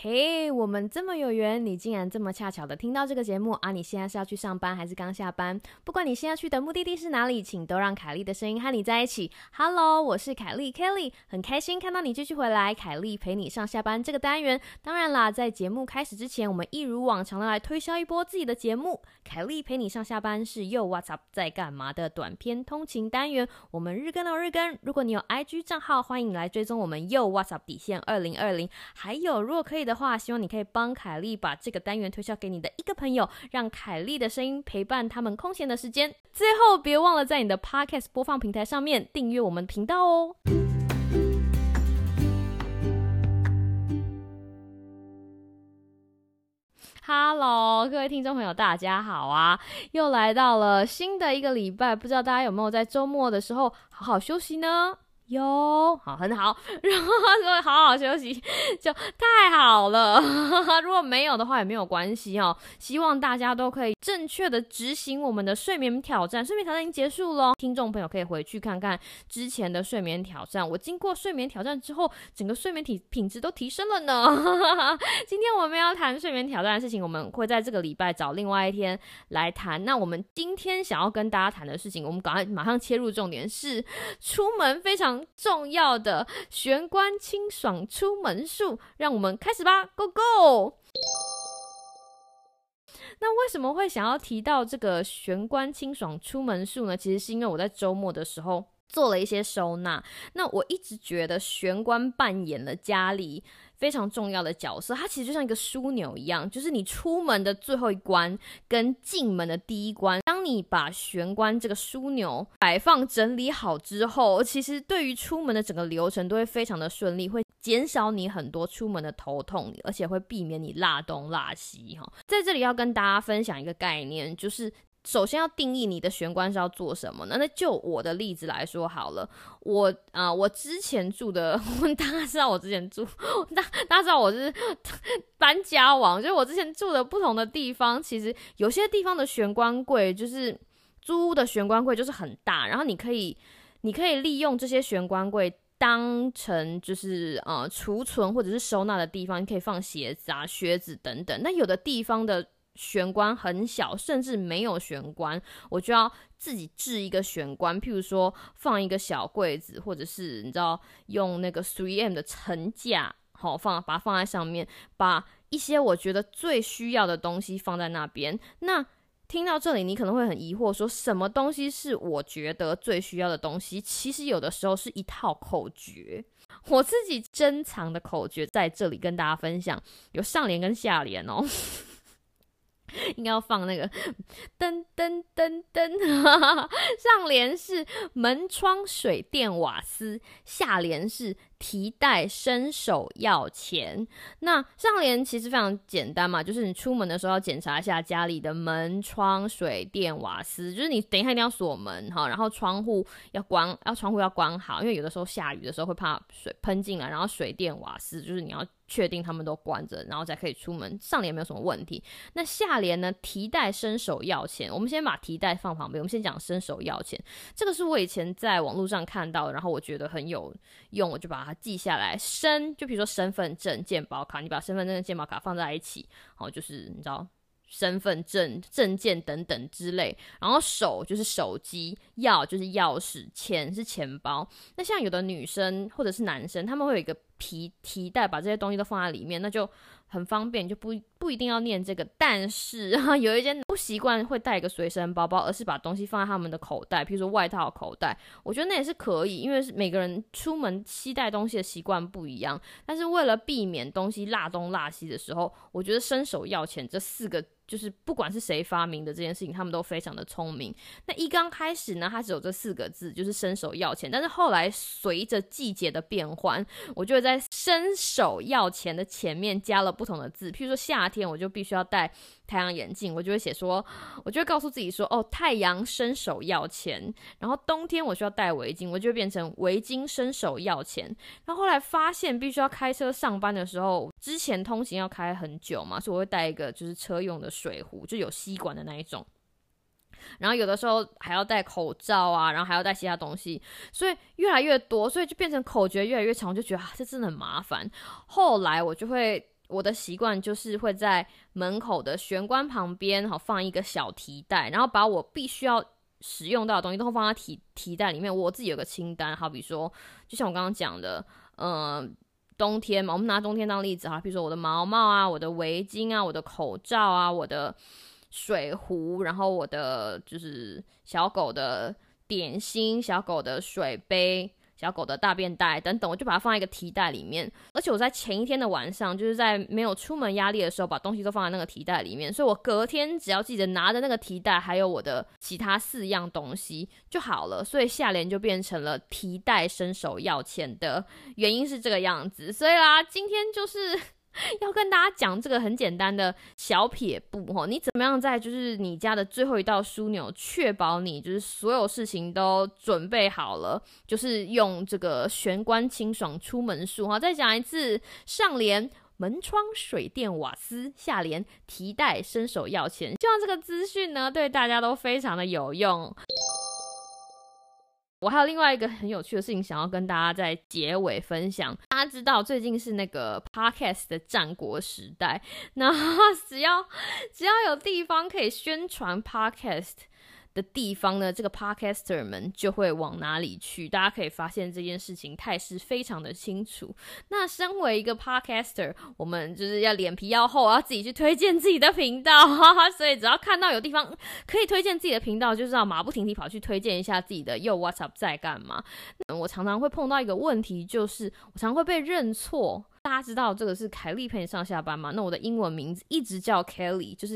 嘿，我们这么有缘，你竟然这么恰巧的听到这个节目啊！你现在是要去上班还是刚下班？不管你现在去的目的地是哪里，请都让凯莉的声音和你在一起。Hello， 我是凯莉 Kelly， 很开心看到你继续回来。凯莉陪你上下班这个单元，当然啦，在节目开始之前，我们一如往常的来推销一波自己的节目。凯莉陪你上下班是又 What's Up 在干嘛的短篇通勤单元，我们日更日更。如果你有 IG 账号，欢迎来追踪我们又 What's Up 底线2020。还有，如果可以的话，希望你可以帮凯莉把这个单元推销给你的一个朋友，让凯莉的声音陪伴他们空闲的时间。最后，别忘了在你的 Podcast 播放平台上面订阅我们频道哦。Hello， 各位听众朋友，大家好啊！又来到了新的一个礼拜，不知道大家有没有在周末的时候好好休息呢？有，好，很好。然后他说好好休息就太好了如果没有的话也没有关系哦。希望大家都可以正确的执行我们的睡眠挑战。睡眠挑战已经结束了，听众朋友可以回去看看之前的睡眠挑战。我经过睡眠挑战之后，整个睡眠品质都提升了呢今天我们要谈睡眠挑战的事情，我们会在这个礼拜找另外一天来谈。那我们今天想要跟大家谈的事情，我们赶快马上切入重点，是出门非常重要的玄关清爽出门术。让我们开始吧 ，Go Go！ 那为什么会想要提到这个玄关清爽出门术呢？其实是因为我在周末的时候做了一些收纳。那我一直觉得玄关扮演了家里非常重要的角色，它其实就像一个枢纽一样，就是你出门的最后一关跟进门的第一关，当你把玄关这个枢纽摆放整理好之后，其实对于出门的整个流程都会非常的顺利，会减少你很多出门的头痛，而且会避免你落东落西。在这里要跟大家分享一个概念，就是首先要定义你的玄关是要做什么呢？那就我的例子来说好了，我之前住的大家知道我之前住大家知道我是搬家王，就是我之前住的不同的地方，其实有些地方的玄关柜就是租屋的玄关柜就是很大，然后你可以利用这些玄关柜当成就是储存或者是收纳的地方，你可以放鞋子啊、靴子等等。那有的地方的玄关很小，甚至没有玄关，我就要自己置一个玄关，譬如说放一个小柜子，或者是你知道用那个 3M 的层架，把它放在上面，把一些我觉得最需要的东西放在那边。那听到这里，你可能会很疑惑，说什么东西是我觉得最需要的东西？其实有的时候是一套口诀，我自己珍藏的口诀在这里跟大家分享，有上联跟下联哦。应该要放那个噔噔噔噔上联是门窗水电瓦斯，下联是提袋伸手要钱。那上联其实非常简单嘛，就是你出门的时候要检查一下家里的门窗水电瓦斯，就是你等一下一定要锁门，然后窗户要关好，因为有的时候下雨的时候会怕水喷进来，然后水电瓦斯就是你要确定他们都关着，然后才可以出门。上联没有什么问题。那下联呢？提袋伸手要钱。我们先把提袋放旁边，我们先讲伸手要钱。这个是我以前在网络上看到的，然后我觉得很有用，我就把它记下来。伸，就比如说身份证、健保卡，你把身份证跟健保卡放在一起，就是你知道身份证、证件等等之类。然后手就是手机，钥就是钥匙，钱是钱包。那像有的女生或者是男生，他们会有一个提袋，把这些东西都放在里面，那就很方便，就不一定要念这个。但是有一些不习惯会带一个随身包包，而是把东西放在他们的口袋，譬如说外套口袋，我觉得那也是可以，因为每个人出门携带东西的习惯不一样。但是为了避免东西落东落西的时候，我觉得伸手要钱这4个就是不管是谁发明的这件事情，他们都非常的聪明。那一刚开始呢，它只有这4个字，就是伸手要钱。但是后来随着季节的变换，我就会在伸手要钱的前面加了不同的字。譬如说夏天，我就必须要戴太阳眼镜，我就会写说，我就会告诉自己说，太阳伸手要钱。然后冬天我需要戴围巾，我就会变成围巾伸手要钱。然后后来发现必须要开车上班的时候，之前通勤要开很久嘛，所以我会带一个就是车用的水壶，就有吸管的那一种。然后有的时候还要戴口罩啊，然后还要带其他东西，所以越来越多，所以就变成口诀越来越长，我就觉得这真的很麻烦。后来我就会我的习惯就是会在门口的玄关旁边放一个小提袋，然后把我必须要使用到的东西都会放在提袋里面。我自己有个清单，好比说就像我刚刚讲的冬天嘛，我们拿冬天当例子哈，比如说我的毛帽啊，我的围巾啊，我的口罩啊，我的水壶，然后我的就是小狗的点心，小狗的水杯，小狗的大便袋等等，我就把它放在一个提袋里面。而且我在前一天的晚上，就是在没有出门压力的时候，把东西都放在那个提袋里面，所以我隔天只要记得拿着那个提袋还有我的其他4样东西就好了。所以下联就变成了提袋伸手要钱的原因是这个样子。所以啦，今天就是要跟大家讲这个很简单的小撇步你怎么样在就是你家的最后一道枢纽，确保你就是所有事情都准备好了，就是用这个玄关清爽出门术再讲一次，上联门窗水电瓦斯，下联提袋伸手要钱。希望这个资讯呢对大家都非常的有用。我还有另外一个很有趣的事情想要跟大家在结尾分享。大家知道最近是那个 podcast 的战国时代，那只要有地方可以宣传 podcast 的地方呢，这个 podcaster 们就会往哪里去。大家可以发现这件事情态势非常的清楚。那身为一个 podcaster， 我们就是要脸皮要厚，要自己去推荐自己的频道所以只要看到有地方可以推荐自己的频道，就是要马不停蹄跑去推荐一下自己的 Yo What's Up 在干嘛。我常常会碰到一个问题，就是我常常会被认错。大家知道这个是凯莉陪你上下班嘛？那我的英文名字一直叫 Kelly， 就是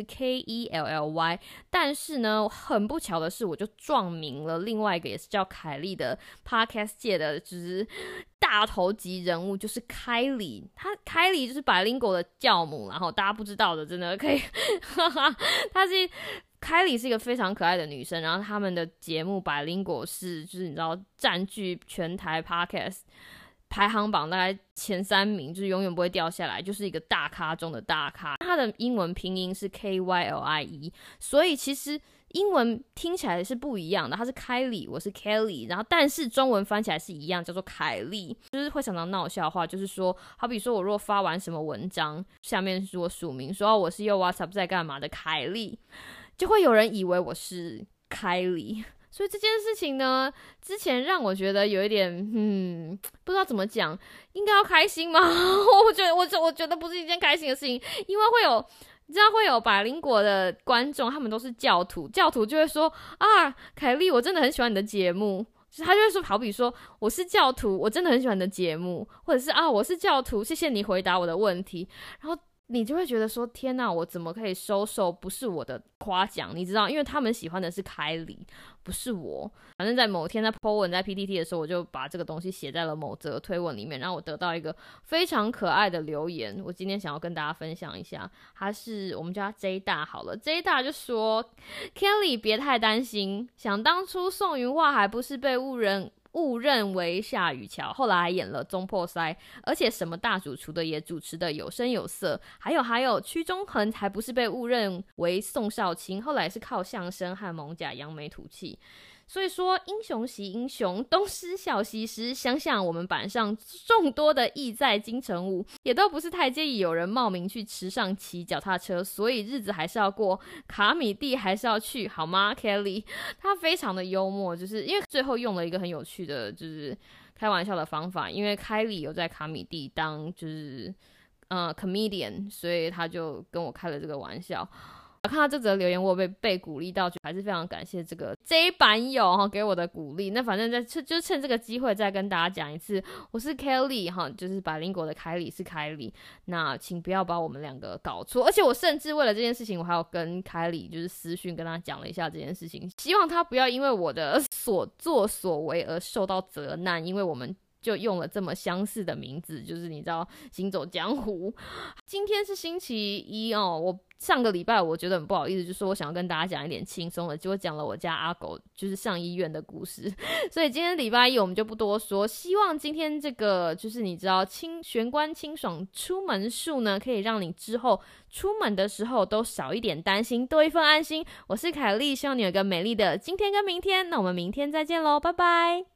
Kelly， 但是呢，很不巧的是，我就撞名了另外一个也是叫凯莉的 podcast 界的就是大头级人物，就是凯莉。凯莉就是百灵果的教母，然后大家不知道的真的可以她是凯莉是一个非常可爱的女生，然后他们的节目百灵果是就是你知道占据全台 podcast排行榜大概前3名，就是永远不会掉下来，就是一个大咖中的大咖。他的英文拼音是 KYLIE， 所以其实英文听起来是不一样的，他是凯莉，我是 Kelly， 然后但是中文翻起来是一样，叫做凯莉。就是会常常闹笑话，就是说好比说我如果发完什么文章，下面如果署名说我是 Yo What's Up 在干嘛的凯莉，就会有人以为我是凯莉。所以这件事情呢，之前让我觉得有一点不知道怎么讲，应该要开心吗？我觉得不是一件开心的事情，因为你知道会有百灵果的观众，他们都是教徒就会说啊，凯莉，我真的很喜欢你的节目。他就会说，好比说我是教徒，我真的很喜欢你的节目，或者是我是教徒，谢谢你回答我的问题，然后你就会觉得说天哪，我怎么可以收受不是我的夸奖？你知道，因为他们喜欢的是凯莉，不是我。反正在某天在 po 文在 PTT 的时候，我就把这个东西写在了某则推文里面，然后我得到一个非常可爱的留言，我今天想要跟大家分享一下。他是我们叫他 J 大好了， J 大就说 Kelly 别太担心，想当初宋云画还不是被误认为夏雨乔，后来还演了中破塞，而且什么大主厨的也主持的有声有色。还有屈中恒还不是被误认为宋少卿，后来是靠相声和蒙甲扬眉吐气。所以说英雄惜英雄，东施效频师。想想我们板上众多的意在京城舞，也都不是太介意有人冒名去池上骑脚踏车，所以日子还是要过，卡米蒂还是要去，好吗 Kelly？ 他非常的幽默，就是因为最后用了一个很有趣的就是开玩笑的方法，因为凯莉有在卡米蒂当就是comedian， 所以他就跟我开了这个玩笑。看到这则留言，我被鼓励到，还是非常感谢这个 J 版友给我的鼓励。那反正就趁这个机会再跟大家讲一次，我是 Kelly 就是百灵果的凯莉是凯莉，那请不要把我们两个搞错。而且我甚至为了这件事情，我还有跟凯莉就是私讯跟他讲了一下这件事情，希望他不要因为我的所作所为而受到责难，因为我们就用了这么相似的名字，就是你知道行走江湖。今天是星期一我上个礼拜我觉得很不好意思，就说我想要跟大家讲一点轻松的，结果讲了我家阿狗就是上医院的故事，所以今天礼拜一我们就不多说。希望今天这个就是你知道玄关清爽出门术呢，可以让你之后出门的时候都少一点担心，多一份安心。我是凯莉，希望你有一个美丽的今天跟明天，那我们明天再见咯，拜拜。